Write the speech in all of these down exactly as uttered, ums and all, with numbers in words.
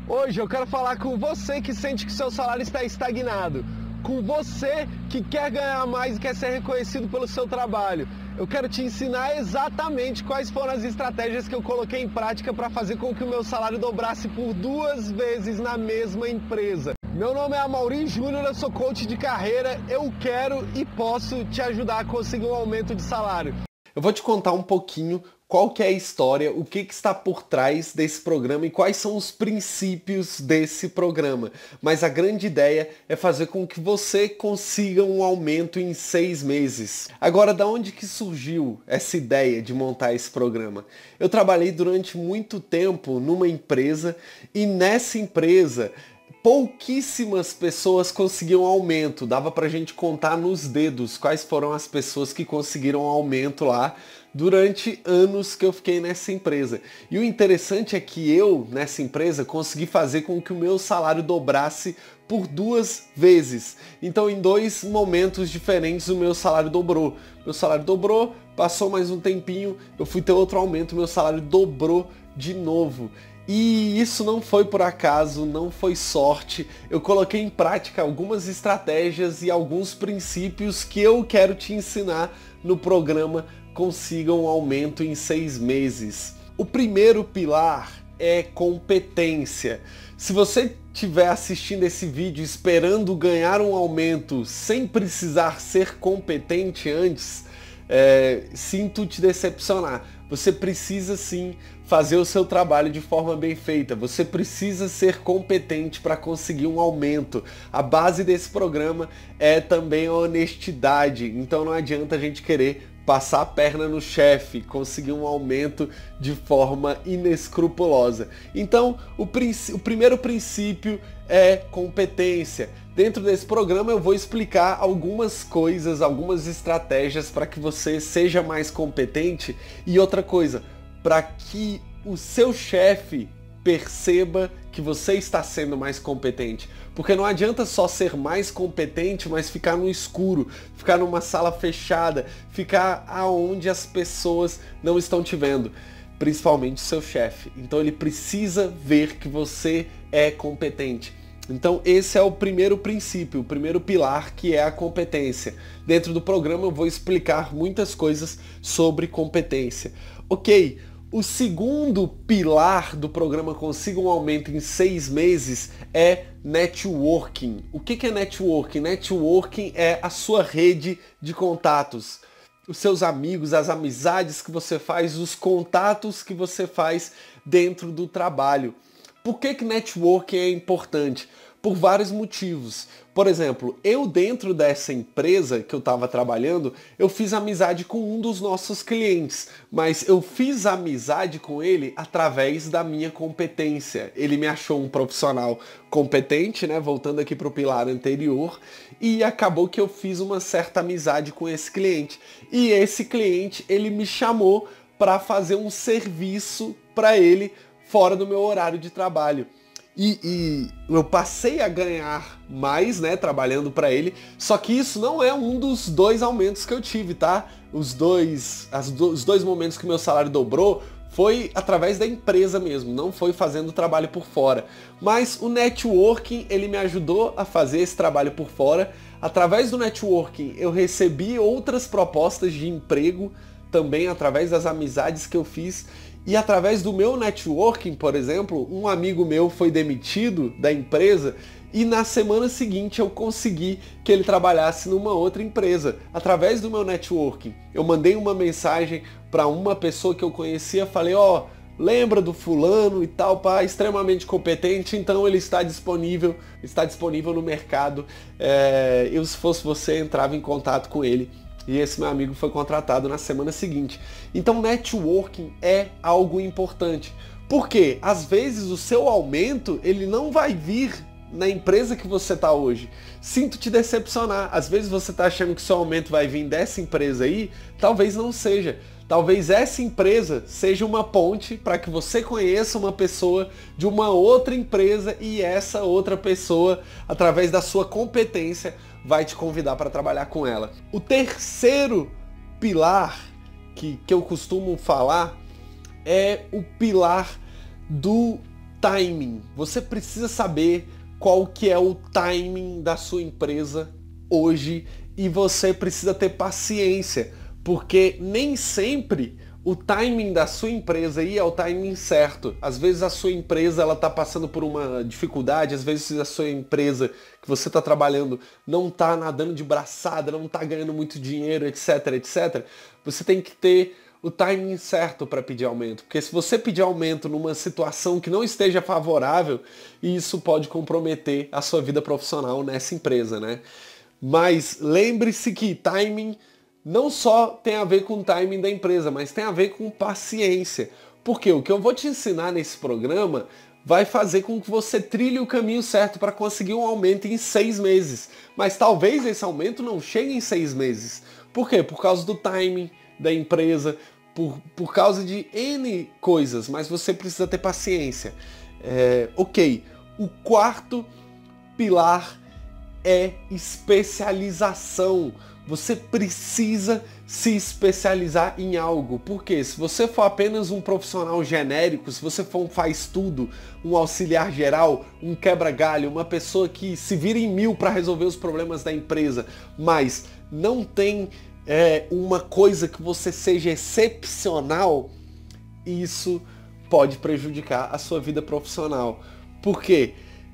Hoje eu quero falar com você que sente que seu salário está estagnado, com você que quer ganhar mais e quer ser reconhecido pelo seu trabalho. Eu quero te ensinar exatamente quais foram as estratégias que eu coloquei em prática para fazer com que o meu salário dobrasse por duas vezes na mesma empresa. Meu nome é Amaury Júnior, eu sou coach de carreira, eu quero e posso te ajudar a conseguir um aumento de salário. Eu vou te contar um pouquinho qual que é a história, o que, que está por trás desse programa e quais são os princípios desse programa. Mas a grande ideia é fazer com que você consiga um aumento em seis meses. Agora, da onde que surgiu essa ideia de montar esse programa? Eu trabalhei durante muito tempo numa empresa e nessa empresa pouquíssimas pessoas conseguiam aumento. Dava pra gente contar nos dedos quais foram as pessoas que conseguiram aumento lá durante anos que eu fiquei nessa empresa. E o interessante é que eu, nessa empresa, consegui fazer com que o meu salário dobrasse por duas vezes. Então, em dois momentos diferentes, o meu salário dobrou. Meu salário dobrou, passou mais um tempinho, eu fui ter outro aumento, meu salário dobrou de novo. E isso não foi por acaso, não foi sorte. Eu coloquei em prática algumas estratégias e alguns princípios que eu quero te ensinar no programa Consiga um Aumento em seis meses. O primeiro pilar é competência. Se você estiver assistindo esse vídeo esperando ganhar um aumento sem precisar ser competente antes, é, sinto te decepcionar. Você precisa sim fazer o seu trabalho de forma bem feita. Você precisa ser competente para conseguir um aumento. A base desse programa é também a honestidade. Então não adianta a gente querer passar a perna no chefe, conseguir um aumento de forma inescrupulosa. Então, o, o primeiro princípio é competência. Dentro desse programa eu vou explicar algumas coisas, algumas estratégias para que você seja mais competente e outra coisa, para que o seu chefe perceba que você está sendo mais competente. Porque não adianta só ser mais competente, mas ficar no escuro, ficar numa sala fechada, ficar aonde as pessoas não estão te vendo, principalmente o seu chefe. Então ele precisa ver que você é competente. Então esse é o primeiro princípio, o primeiro pilar, que é a competência. Dentro do programa eu vou explicar muitas coisas sobre competência. Ok, o segundo pilar do programa Consiga um Aumento em seis meses é networking. O que é networking? Networking é a sua rede de contatos. Os seus amigos, as amizades que você faz, os contatos que você faz dentro do trabalho. Por que que networking é importante? Por vários motivos. Por exemplo, eu dentro dessa empresa que eu estava trabalhando, eu fiz amizade com um dos nossos clientes, mas eu fiz amizade com ele através da minha competência. Ele me achou um profissional competente, né? Voltando aqui para o pilar anterior, e acabou que eu fiz uma certa amizade com esse cliente. E esse cliente, ele me chamou para fazer um serviço para ele fora do meu horário de trabalho. E, e eu passei a ganhar mais, né, trabalhando para ele, só que isso não é um dos dois aumentos que eu tive, tá? Os dois, as do, os dois momentos que meu salário dobrou foi através da empresa mesmo, não foi fazendo trabalho por fora. Mas o networking, ele me ajudou a fazer esse trabalho por fora. Através do networking, eu recebi outras propostas de emprego, também através das amizades que eu fiz. E através do meu networking, por exemplo, um amigo meu foi demitido da empresa e na semana seguinte eu consegui que ele trabalhasse numa outra empresa. Através do meu networking, eu mandei uma mensagem para uma pessoa que eu conhecia, falei, ó, oh, lembra do fulano e tal, pá, extremamente competente, então ele está disponível, está disponível no mercado. É, eu, se fosse você, entrava em contato com ele. E esse meu amigo foi contratado na semana seguinte. Então networking é algo importante. Por quê? Às vezes o seu aumento, ele não vai vir na empresa que você está hoje. Sinto te decepcionar. Às vezes você está achando que seu aumento vai vir dessa empresa aí, talvez não seja. Talvez essa empresa seja uma ponte para que você conheça uma pessoa de uma outra empresa e essa outra pessoa, através da sua competência, vai te convidar para trabalhar com ela. O terceiro pilar que, que eu costumo falar é o pilar do timing. Você precisa saber qual que é o timing da sua empresa hoje e você precisa ter paciência, porque nem sempre o timing da sua empresa aí é o timing certo. Às vezes a sua empresa ela está passando por uma dificuldade, às vezes a sua empresa que você está trabalhando não está nadando de braçada, não está ganhando muito dinheiro, etc, etcétera. Você tem que ter o timing certo para pedir aumento, porque se você pedir aumento numa situação que não esteja favorável, isso pode comprometer a sua vida profissional nessa empresa, né? Mas lembre-se que timing não só tem a ver com o timing da empresa, mas tem a ver com paciência. Porque o que eu vou te ensinar nesse programa vai fazer com que você trilhe o caminho certo para conseguir um aumento em seis meses. Mas talvez esse aumento não chegue em seis meses. Por quê? Por causa do timing da empresa, por, por causa de N coisas, mas você precisa ter paciência. É, ok, o quarto pilar é especialização. Você precisa se especializar em algo. Porque se você for apenas um profissional genérico, se você for um faz tudo, um auxiliar geral, um quebra-galho, uma pessoa que se vira em mil para resolver os problemas da empresa, mas não tem é, uma coisa que você seja excepcional, isso pode prejudicar a sua vida profissional. Por quê?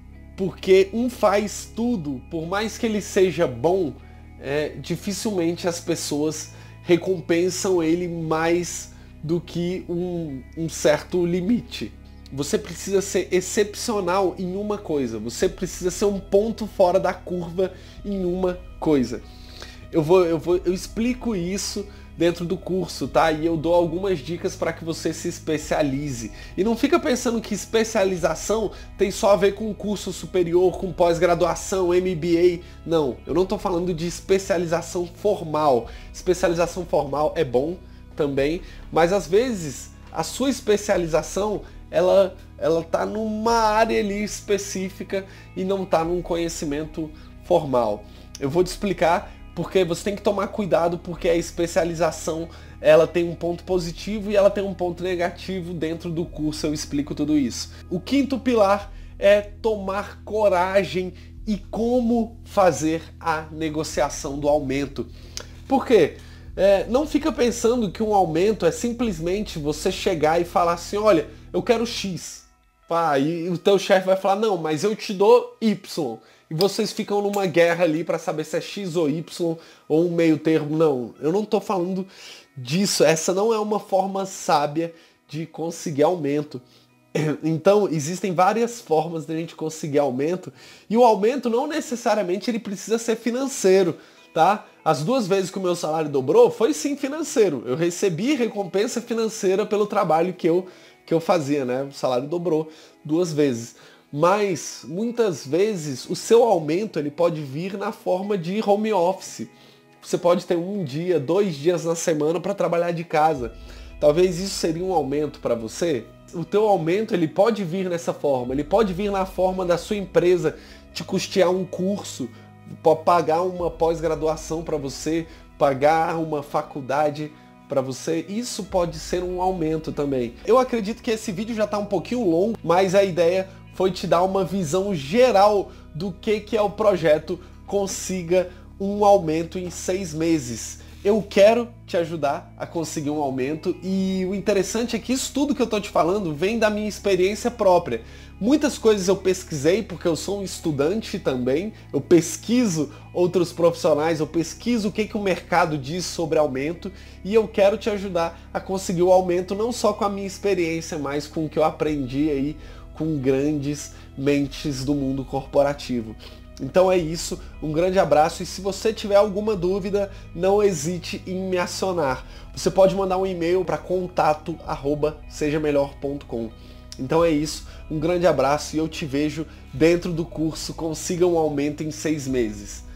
Porque um faz tudo, por mais que ele seja bom, é, dificilmente as pessoas recompensam ele mais do que um, um certo limite. Você precisa ser excepcional em uma coisa, você precisa ser um ponto fora da curva em uma coisa. Eu, vou, eu, vou, eu explico isso dentro do curso, tá? E eu dou algumas dicas para que você se especialize. E não fica pensando que especialização tem só a ver com curso superior, com pós-graduação, M B A. Não, eu não estou falando de especialização formal. Especialização formal é bom também, mas às vezes a sua especialização ela ela tá numa área ali específica e não tá num conhecimento formal. Eu vou te explicar porque você tem que tomar cuidado, porque a especialização ela tem um ponto positivo e ela tem um ponto negativo. Dentro do curso eu explico tudo isso. O quinto pilar é tomar coragem e como fazer a negociação do aumento. Por quê? É, não fica pensando que um aumento é simplesmente você chegar e falar assim, olha, eu quero X. Ah, e o teu chefe vai falar, não, mas eu te dou Y. E vocês ficam numa guerra ali para saber se é X ou Y ou um meio termo. Não, eu não estou falando disso. Essa não é uma forma sábia de conseguir aumento. Então, existem várias formas de a gente conseguir aumento. E o aumento não necessariamente ele precisa ser financeiro, tá? As duas vezes que o meu salário dobrou foi sim financeiro. Eu recebi recompensa financeira pelo trabalho que eu, que eu fazia, né? O salário dobrou duas vezes. Mas, muitas vezes, o seu aumento ele pode vir na forma de home office. Você pode ter um dia, dois dias na semana para trabalhar de casa. Talvez isso seria um aumento para você. O teu aumento ele pode vir nessa forma. Ele pode vir na forma da sua empresa te custear um curso, pagar uma pós-graduação para você, pagar uma faculdade para você. Isso pode ser um aumento também. Eu acredito que esse vídeo já está um pouquinho longo, mas a ideia foi te dar uma visão geral do que, que é o projeto Consiga um Aumento em seis meses. Eu quero te ajudar a conseguir um aumento e o interessante é que isso tudo que eu estou te falando vem da minha experiência própria. Muitas coisas eu pesquisei porque eu sou um estudante também, eu pesquiso outros profissionais, eu pesquiso o que, que o mercado diz sobre aumento e eu quero te ajudar a conseguir o aumento não só com a minha experiência, mas com o que eu aprendi aí com grandes mentes do mundo corporativo. Então é isso, um grande abraço e se você tiver alguma dúvida, não hesite em me acionar. Você pode mandar um e-mail para contato arroba seja melhor ponto com. Então é isso, um grande abraço e eu te vejo dentro do curso Consiga um Aumento em seis meses.